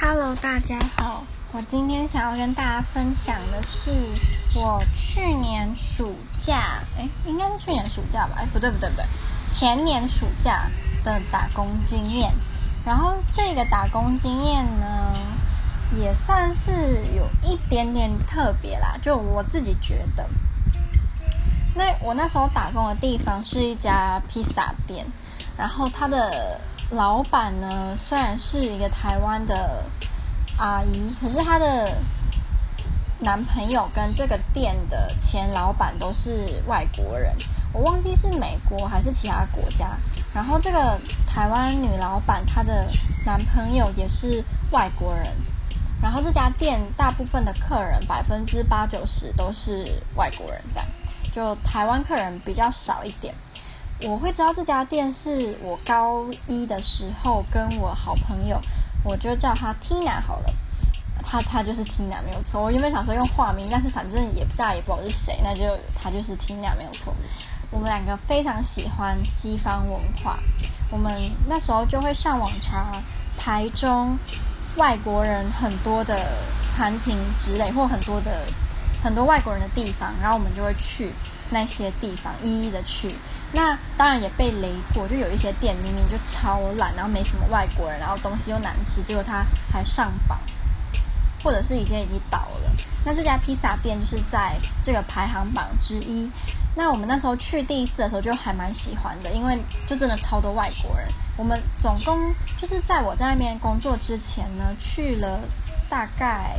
Hello， 大家好。我今天想要跟大家分享的是我去年暑假，应该是去年暑假吧？不对，前年暑假的打工经验。然后这个打工经验呢，也算是有一点点特别啦，就我自己觉得。我那时候打工的地方是一家披萨店，然后他的老板呢，虽然是一个台湾的阿姨，可是她的男朋友跟这个店的前老板都是外国人，我忘记是美国还是其他国家。然后这个台湾女老板她的男朋友也是外国人，然后这家店大部分的客人80%-90%都是外国人，这样就台湾客人比较少一点。我会知道这家店是我高一的时候跟我好朋友，我就叫她 Tina 好了，她就是 Tina 没有错。我原本想说用化名，但是反正大家也不知道是谁，那就她就是 Tina 没有错。我们两个非常喜欢西方文化，我们那时候就会上网查台中外国人很多的餐厅之类，或很多外国人的地方，然后我们就会去那些地方一一的去。那当然也被雷过，就有一些店明明就超烂，然后没什么外国人，然后东西又难吃，结果它还上榜，或者是已经倒了。那这家披萨店就是在这个排行榜之一。那我们那时候去第一次的时候就还蛮喜欢的，因为就真的超多外国人。我们总共就是在我在那边工作之前呢，去了大概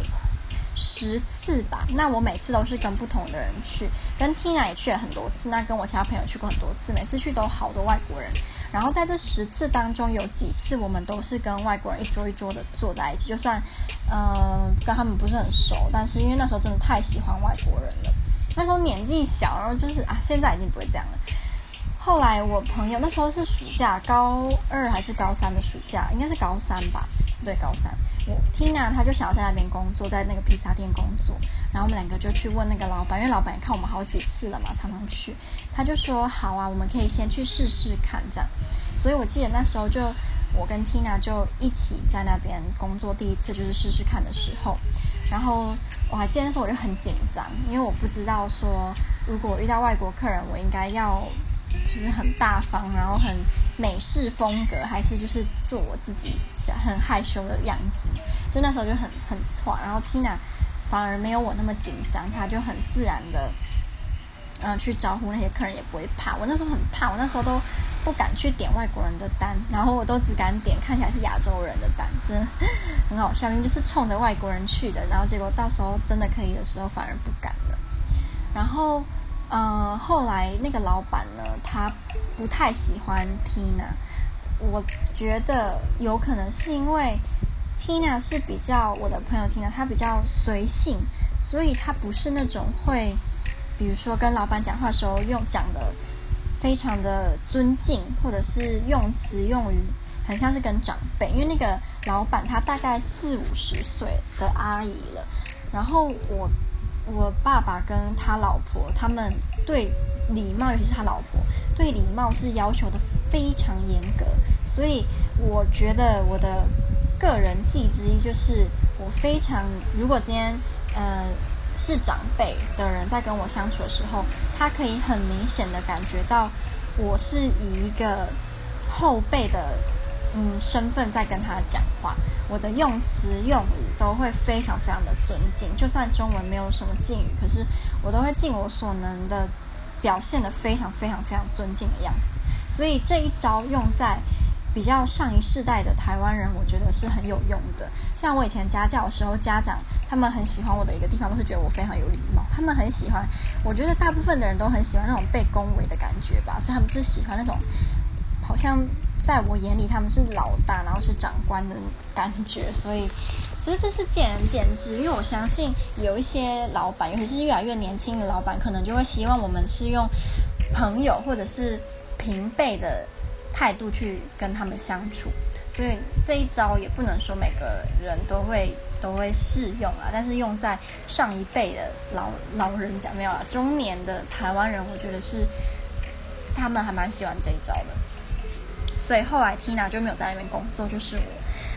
10次吧。那我每次都是跟不同的人去，跟 Tina 也去了很多次，那跟我其他朋友去过很多次，每次去都好多外国人。然后在这10次当中，有几次我们都是跟外国人一桌一桌的坐在一起，就算跟他们不是很熟，但是因为那时候真的太喜欢外国人了。那时候年纪小，然后就是现在已经不会这样了。后来我朋友那时候是暑假，高2还是高3的暑假，应该是高3吧，对，高3。Tina 她就想要在那边工作，在那个披萨店工作，然后我们两个就去问那个老板，因为老板也看我们好几次了嘛，常常去，他就说好啊，我们可以先去试试看这样。所以我记得那时候就我跟 Tina 就一起在那边工作，第一次就是试试看的时候。然后我还记得那时候我就很紧张，因为我不知道说如果我遇到外国客人，我应该要就是很大方，然后很美式风格，还是就是做我自己很害羞的样子。就那时候就很挫，然后 Tina 反而没有我那么紧张，她就很自然的去招呼那些客人，也不会怕。我那时候很怕，我那时候都不敢去点外国人的单，然后我都只敢点看起来是亚洲人的单，真的很好笑。明明就是冲着外国人去的，然后结果到时候真的可以的时候反而不敢了。然后后来那个老板呢，他不太喜欢 Tina， 我觉得有可能是因为 Tina 是比较我的朋友 Tina， 她比较随性，所以她不是那种会比如说跟老板讲话的时候讲的非常的尊敬，或者是用词用语很像是跟长辈。因为那个老板他大概40-50岁的阿姨了，然后我爸爸跟他老婆他们对礼貌，尤其是他老婆对礼貌是要求的非常严格，所以我觉得我的个人技之一就是我非常，如果今天是长辈的人在跟我相处的时候，他可以很明显的感觉到我是以一个后辈的身份在跟他讲话，我的用词用语都会非常非常的尊敬，就算中文没有什么敬语，可是我都会尽我所能的表现得非常非常非常尊敬的样子。所以这一招用在比较上一世代的台湾人，我觉得是很有用的。像我以前家教的时候，家长他们很喜欢我的一个地方，都是觉得我非常有礼貌。他们很喜欢，我觉得大部分的人都很喜欢那种被恭维的感觉吧，所以他们是喜欢那种好像在我眼里他们是老大，然后是长官的感觉。所以其实这是见仁见智，因为我相信有一些老板，尤其是越来越年轻的老板，可能就会希望我们是用朋友或者是平辈的态度去跟他们相处，所以这一招也不能说每个人都会适用啊。但是用在上一辈的老人家没有啦，中年的台湾人，我觉得是他们还蛮喜欢这一招的。所以后来 Tina 就没有在那边工作，就是我。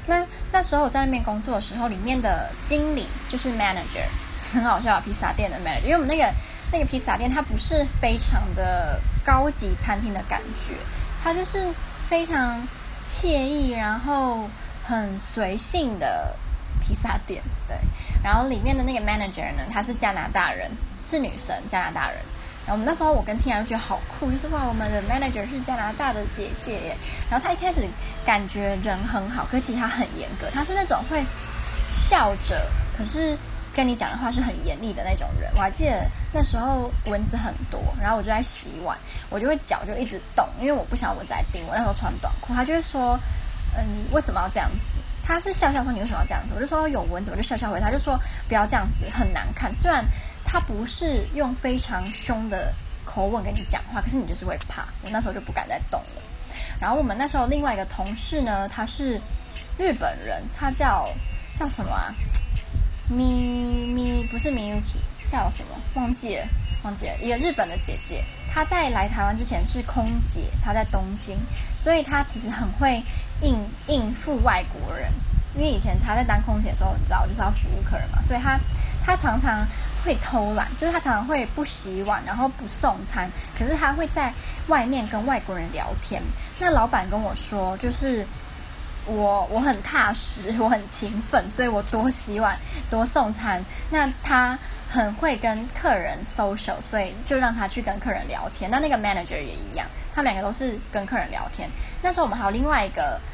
那时候我在那边工作的时候，里面的经理就是 manager， 很好笑，披萨店的 manager， 因为我们那个披萨店它不是非常的高级餐厅的感觉，它就是非常惬意，然后很随性的披萨店，对。然后里面的那个 manager 呢，她是加拿大人，是女生，加拿大人。然后我们那时候我跟 Tina 就觉得好酷，就是哇，我们的 manager 是加拿大的姐姐耶。然后她一开始感觉人很好，可是其实她很严格，她是那种会笑着，可是跟你讲的话是很严厉的那种人。我还记得那时候蚊子很多，然后我就在洗碗，我就会脚就一直动，因为我不想蚊子来叮我。那时候穿短裤，他就会说你为什么要这样子？他是笑笑说你为什么要这样子？我就说有蚊子，我就笑笑回他，就说不要这样子，很难看。虽然他不是用非常凶的口吻跟你讲话，可是你就是会怕。我那时候就不敢再动了。然后我们那时候另外一个同事呢，他是日本人，他叫什么啊？不是 Miyuki， 叫什么？忘记了。一个日本的姐姐，她在来台湾之前是空姐，她在东京，所以她其实很会应付外国人。因为以前她在当空姐的时候，你知道就是要服务客人嘛，所以她常常会偷懒，就是她常常会不洗碗，然后不送餐，可是她会在外面跟外国人聊天。那老板跟我说，就是我很踏实，我很勤奋，所以我多洗碗多送餐。那他很会跟客人 social， 所以就让他去跟客人聊天。那个 manager 也一样，他们两个都是跟客人聊天。那时候我们还有另外一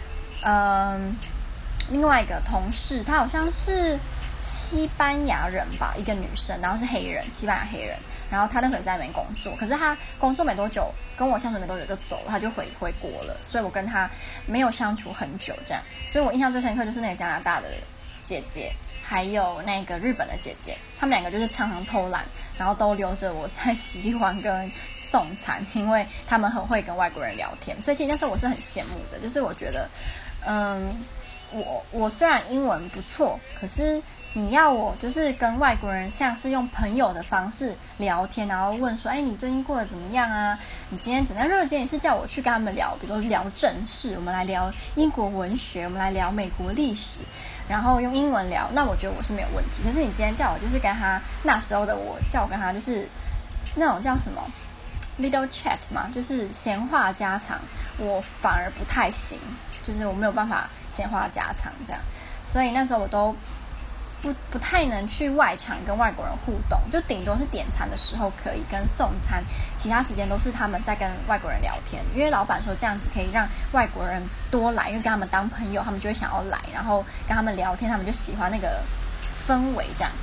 个同事，她好像是西班牙人吧，一个女生，然后是黑人，西班牙黑人。然后她那时候也在那边工作，可是她工作没多久，跟我相处没多久就走了，她就回国了，所以我跟她没有相处很久这样。所以我印象最深刻就是那个加拿大的姐姐，还有那个日本的姐姐，他们两个就是常常偷懒，然后都留着我在洗碗跟送餐，因为他们很会跟外国人聊天。所以其实那时候我是很羡慕的，就是我觉得我虽然英文不错，可是你要我就是跟外国人像是用朋友的方式聊天，然后问说你最近过得怎么样啊，你今天怎么样。如果今天是叫我去跟他们聊，比如说聊正事，我们来聊英国文学，我们来聊美国历史，然后用英文聊，那我觉得我是没有问题。可是你今天叫我就是跟他，那时候的我叫我跟他就是那种叫什么 little chat 嘛，就是闲话家常，我反而不太行，就是我没有办法闲话家常这样。所以那时候我都不太能去外场跟外国人互动，就顶多是点餐的时候可以跟送餐，其他时间都是他们在跟外国人聊天。因为老板说这样子可以让外国人多来，因为跟他们当朋友，他们就会想要来，然后跟他们聊天，他们就喜欢那个氛围这样。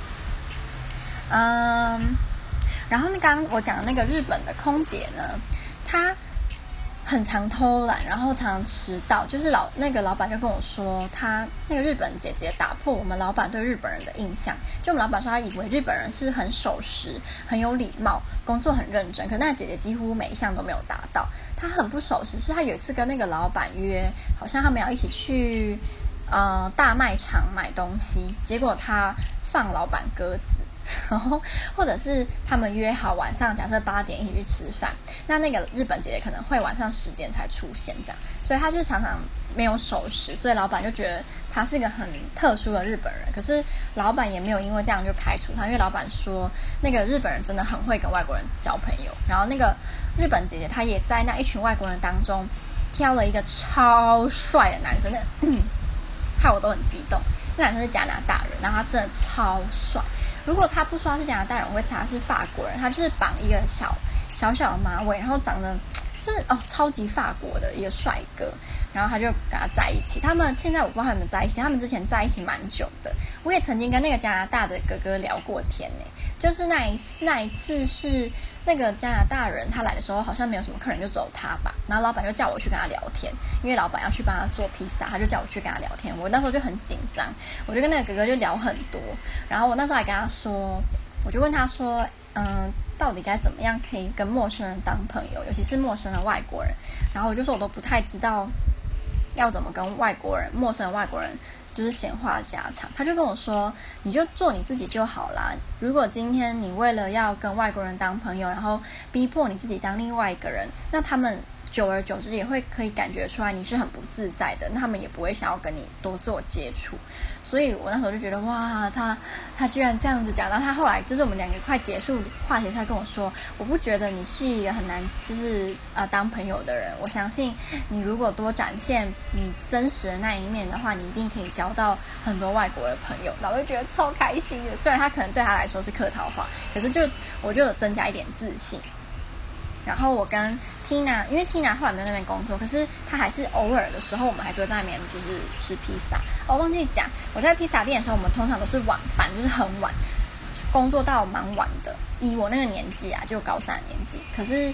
然后刚刚我讲的那个日本的空姐呢，她很常偷懒，然后常常迟到。就是那个老板就跟我说，他那个日本姐姐打破我们老板对日本人的印象。就我们老板说，他以为日本人是很守时、很有礼貌、工作很认真，可那个姐姐几乎每一项都没有达到。她很不守时，是她有一次跟那个老板约，好像他们要一起去大卖场买东西，结果她放老板鸽子。然后或者是他们约好晚上假设8点一起去吃饭，那个日本姐姐可能会晚上10点才出现这样，所以她就是常常没有守时，所以老板就觉得她是一个很特殊的日本人。可是老板也没有因为这样就开除她，因为老板说那个日本人真的很会跟外国人交朋友。然后那个日本姐姐她也在那一群外国人当中挑了一个超帅的男生，害我都很激动。那男生是加拿大人，然后他真的超帅。如果他不说他是加拿大人，我会猜他是法国人。他就是绑一个小的马尾，然后长得就是超级法国的一个帅哥。然后他就跟他在一起。他们现在我不知道他们在一起，他们之前在一起蛮久的。我也曾经跟那个加拿大的哥哥聊过天呢。就是那一次是那个加拿大人他来的时候，好像没有什么客人，就只有他吧。然后老板就叫我去跟他聊天，因为老板要去帮他做披萨，他就叫我去跟他聊天。我那时候就很紧张，我就跟那个哥哥就聊很多。然后我那时候还跟他说，我就问他说到底该怎么样可以跟陌生人当朋友，尤其是陌生的外国人。然后我就说我都不太知道要怎么跟陌生的外国人就是闲话家常。他就跟我说，你就做你自己就好啦。如果今天你为了要跟外国人当朋友，然后逼迫你自己当另外一个人，那他们久而久之也会可以感觉出来你是很不自在的，那他们也不会想要跟你多做接触。所以我那时候就觉得哇，他居然这样子讲。然后他后来就是我们2个快结束话题，他跟我说，我不觉得你是一个很难就是当朋友的人，我相信你如果多展现你真实的那一面的话，你一定可以交到很多外国的朋友。然后我就觉得超开心的，虽然他可能对他来说是客套话，可是我就有增加一点自信。然后我跟 Tina， 因为 Tina 后来没有在那边工作，可是她还是偶尔的时候，我们还是会在那边就是吃披萨。忘记讲，我在披萨店的时候，我们通常都是晚班，就是很晚，工作到蛮晚的。以我那个年纪啊，就高3的年纪，可是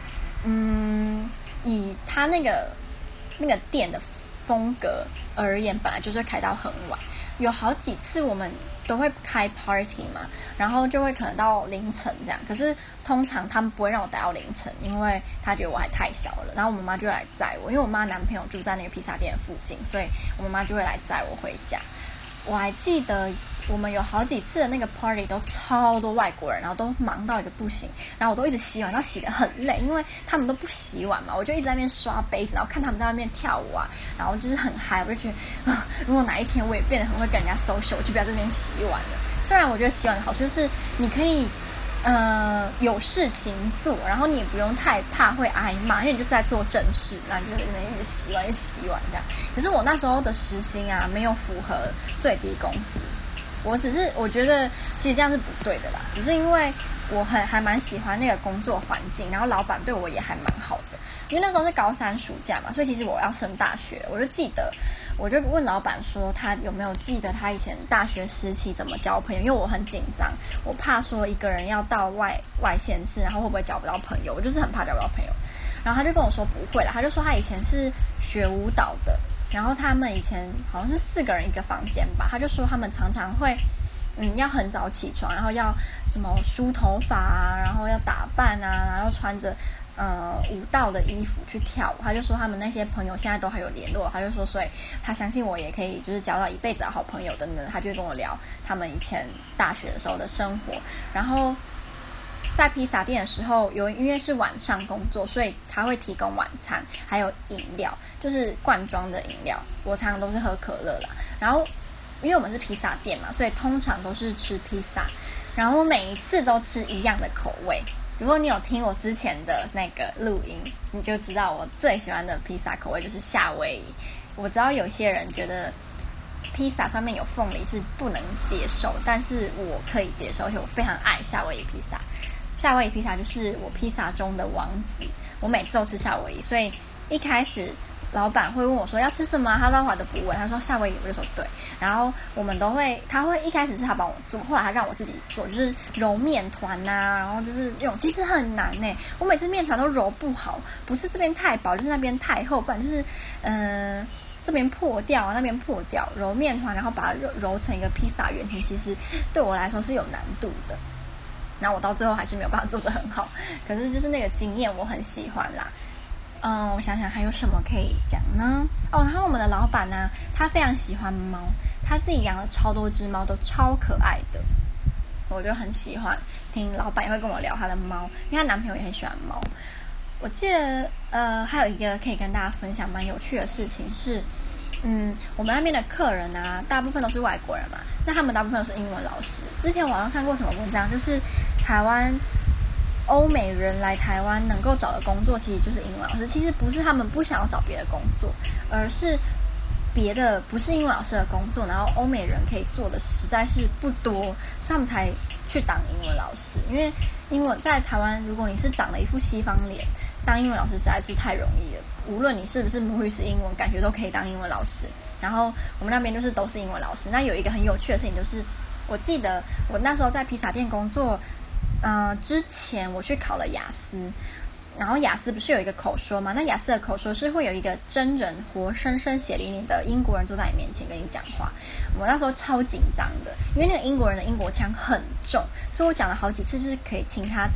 以他那个店的风格而言，本来就是开到很晚，有好几次我们都会开 party 嘛，然后就会可能到凌晨这样。可是通常他们不会让我待到凌晨，因为他觉得我还太小了。然后我妈妈就会来载我，因为我妈男朋友住在那个披萨店的附近，所以我妈妈就会来载我回家。我还记得我们有好几次的那个 party 都超多外国人，然后都忙到一个不行，然后我都一直洗碗，然后洗得很累，因为他们都不洗碗嘛，我就一直在那边刷杯子，然后看他们在外面跳舞啊，然后就是很嗨，我就觉得如果哪一天我也变得很会跟人家 social， 我就不要在这边洗碗了。虽然我觉得洗碗的好处就是你可以有事情做，然后你也不用太怕会挨骂，因为你就是在做正事，然后你就在那边一直洗碗这样。可是我那时候的时薪啊，没有符合最低工资。我觉得其实这样是不对的啦，只是因为我还蛮喜欢那个工作环境，然后老板对我也还蛮好的。因为那时候是高3暑假嘛，所以其实我要升大学，我就问老板说他有没有记得他以前大学时期怎么交朋友，因为我很紧张，我怕说一个人要到外县市，然后会不会交不到朋友，我就是很怕交不到朋友。然后他就跟我说不会啦，他就说他以前是学舞蹈的，然后他们以前好像是4个人一个房间吧，他就说他们常常会要很早起床，然后要什么梳头发啊，然后要打扮啊，然后穿着舞蹈的衣服去跳舞。他就说他们那些朋友现在都还有联络，他就说所以他相信我也可以就是交到一辈子的好朋友等等。他就会跟我聊他们以前大学的时候的生活。然后在披萨店的时候，因为是晚上工作，所以他会提供晚餐，还有饮料，就是罐装的饮料。我常常都是喝可乐啦。然后因为我们是披萨店嘛，所以通常都是吃披萨，然后每一次都吃一样的口味。如果你有听我之前的那个录音，你就知道我最喜欢的披萨口味就是夏威夷。我知道有些人觉得披萨上面有凤梨是不能接受，但是我可以接受，而且我非常爱夏威夷披萨。夏威夷披萨就是我披萨中的王子，我每次都吃夏威夷，所以一开始老板会问我说要吃什么，他到后来都不问，他说夏威夷，我就说对。然后我们他会一开始是他帮我做，后来他让我自己做，就是揉面团啊，然后就是那种其实很难耶，我每次面团都揉不好，不是这边太薄就是那边太厚，不然就是这边破掉那边破掉，揉面团然后把它揉成一个披萨圆形，其实对我来说是有难度的。然后我到最后还是没有办法做得很好，可是就是那个经验我很喜欢啦。我想想还有什么可以讲呢？然后我们的老板呢，他非常喜欢猫，他自己养了超多只猫，都超可爱的。我就很喜欢听老板也会跟我聊他的猫，因为他男朋友也很喜欢猫。我记得还有一个可以跟大家分享蛮有趣的事情是，我们那边的客人啊，大部分都是外国人嘛，那他们大部分都是英文老师。之前网上看过什么文章，就是台湾欧美人来台湾能够找的工作其实就是英文老师。其实不是他们不想要找别的工作，而是别的不是英文老师的工作，然后欧美人可以做的实在是不多，所以他们才去当英文老师。因为英文在台湾，如果你是长了一副西方脸，当英文老师实在是太容易了。无论你是不是母语是英文，感觉都可以当英文老师。然后我们那边就是都是英文老师。那有一个很有趣的事情就是，我记得我那时候在披萨店工作之前我去考了雅思，然后雅思不是有一个口说吗？那雅思的口说是会有一个真人活生生血淋淋的英国人坐在你面前跟你讲话。我那时候超紧张的，因为那个英国人的英国腔很重，所以我讲了好几次就是可以请他再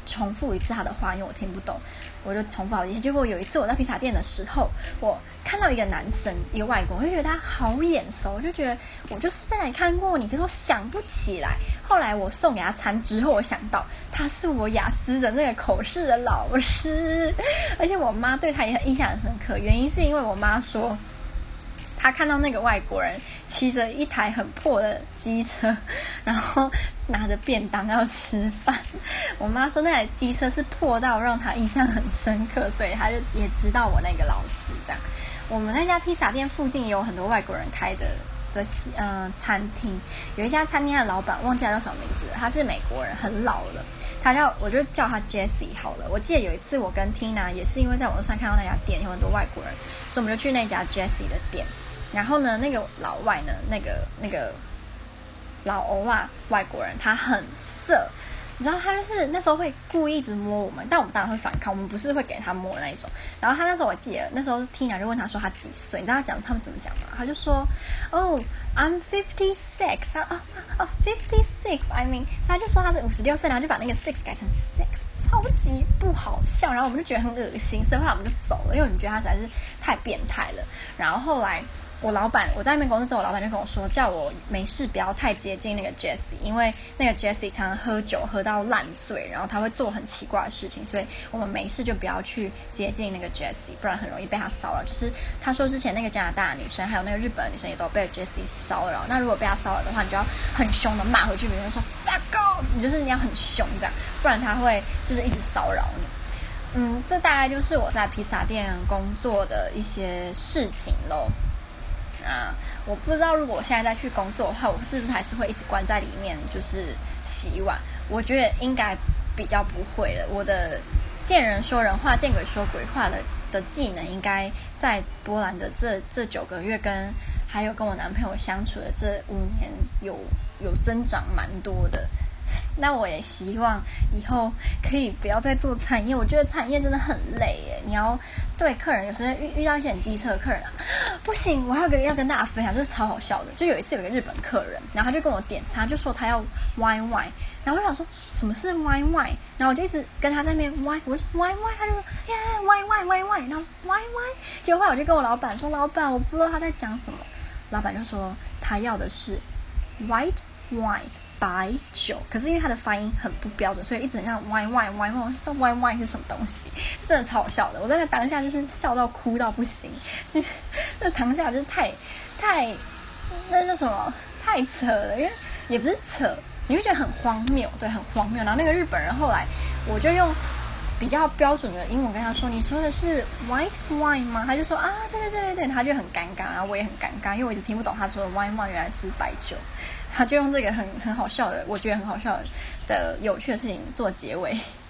重复一次他的话，因为我听不懂，我就重复好几次。结果有一次我在披萨店的时候，我看到一个男生，一个外国人，我就觉得他好眼熟，我就觉得我就是在哪里看过你，可是我想不起来。后来我送给他餐之后，我想到他是我雅思的那个口试的老师，而且我妈对他也很印象很深刻，原因是因为我妈说他看到那个外国人骑着一台很破的机车，然后拿着便当要吃饭。我妈说那台机车是破到让他印象很深刻，所以他就也知道我那个老师这样。我们那家披萨店附近也有很多外国人开的餐厅，有一家餐厅的老板忘记他叫什么名字了，他是美国人，很老了，我就叫他 Jessie 好了。我记得有一次我跟 Tina 也是因为在网络上看到那家店有很多外国人，所以我们就去那家 Jessie 的店。然后呢，那个老外呢，那个老欧啊，外国人，他很色，你知道他就是那时候会故意一直摸我们，但我们当然会反抗，我们不是会给他摸的那一种。然后他那时候我记得，那时候 Tina 就问他说他几岁，你知道他们怎么讲吗？他就说，Oh, I'm 56 56 I mean， 所以他就说他是56岁，然后就把那个 six 改成 sex， 超级不好笑，然后我们就觉得很恶心，所以后来我们就走了，因为我们觉得他实在是太变态了。然后后来我在那边工作之后，我老板就跟我说，叫我没事不要太接近那个 Jessie， 因为那个 Jessie 常常喝酒喝到烂醉，然后他会做很奇怪的事情，所以我们没事就不要去接近那个 Jessie， 不然很容易被他骚扰。就是他说之前那个加拿大的女生还有那个日本的女生也都被 Jessie 骚扰，那如果被他骚扰的话，你就要很凶的骂回去，比如说 fuck off， 你要很凶这样，不然他会就是一直骚扰你。这大概就是我在披萨店工作的一些事情咯。我不知道如果我现在再去工作的话，我是不是还是会一直关在里面就是洗碗。我觉得应该比较不会了，我的见人说人话见鬼说鬼话的技能应该在波兰的这9个月还有跟我男朋友相处的这5年有增长蛮多的。那我也希望以后可以不要再做餐饮，我觉得餐饮业真的很累耶。你要对客人，有时候遇到一些很机车的客人不行，我要跟大家分享，这是超好笑的。就有一次有一个日本客人，然后他就跟我点餐，他就说他要 YY， 然后我就想说什么是 YY， 然后我就一直跟他在那边 Y， 我说 YY， 他就说YY， 然后 YY， 结果后来我就跟我老板说，老板我不知道他在讲什么，老板就说他要的是 white wine。白酒，可是因为它的发音很不标准，所以一直很像 Y， 我就知道 Y 是什么东西，真的超好笑的。我在那当下就是笑到哭到不行，就那当下就是太那叫什么太扯了，因为也不是扯，你会觉得很荒谬，对，很荒谬。然后那个日本人后来我就用比较标准的英文跟他说，你说的是 white wine 吗？他就说啊对，他就很尴尬，然后我也很尴尬，因为我一直听不懂他说的 white wine 原来是白酒。他就用这个很好笑的，我觉得很好笑的有趣的事情做结尾。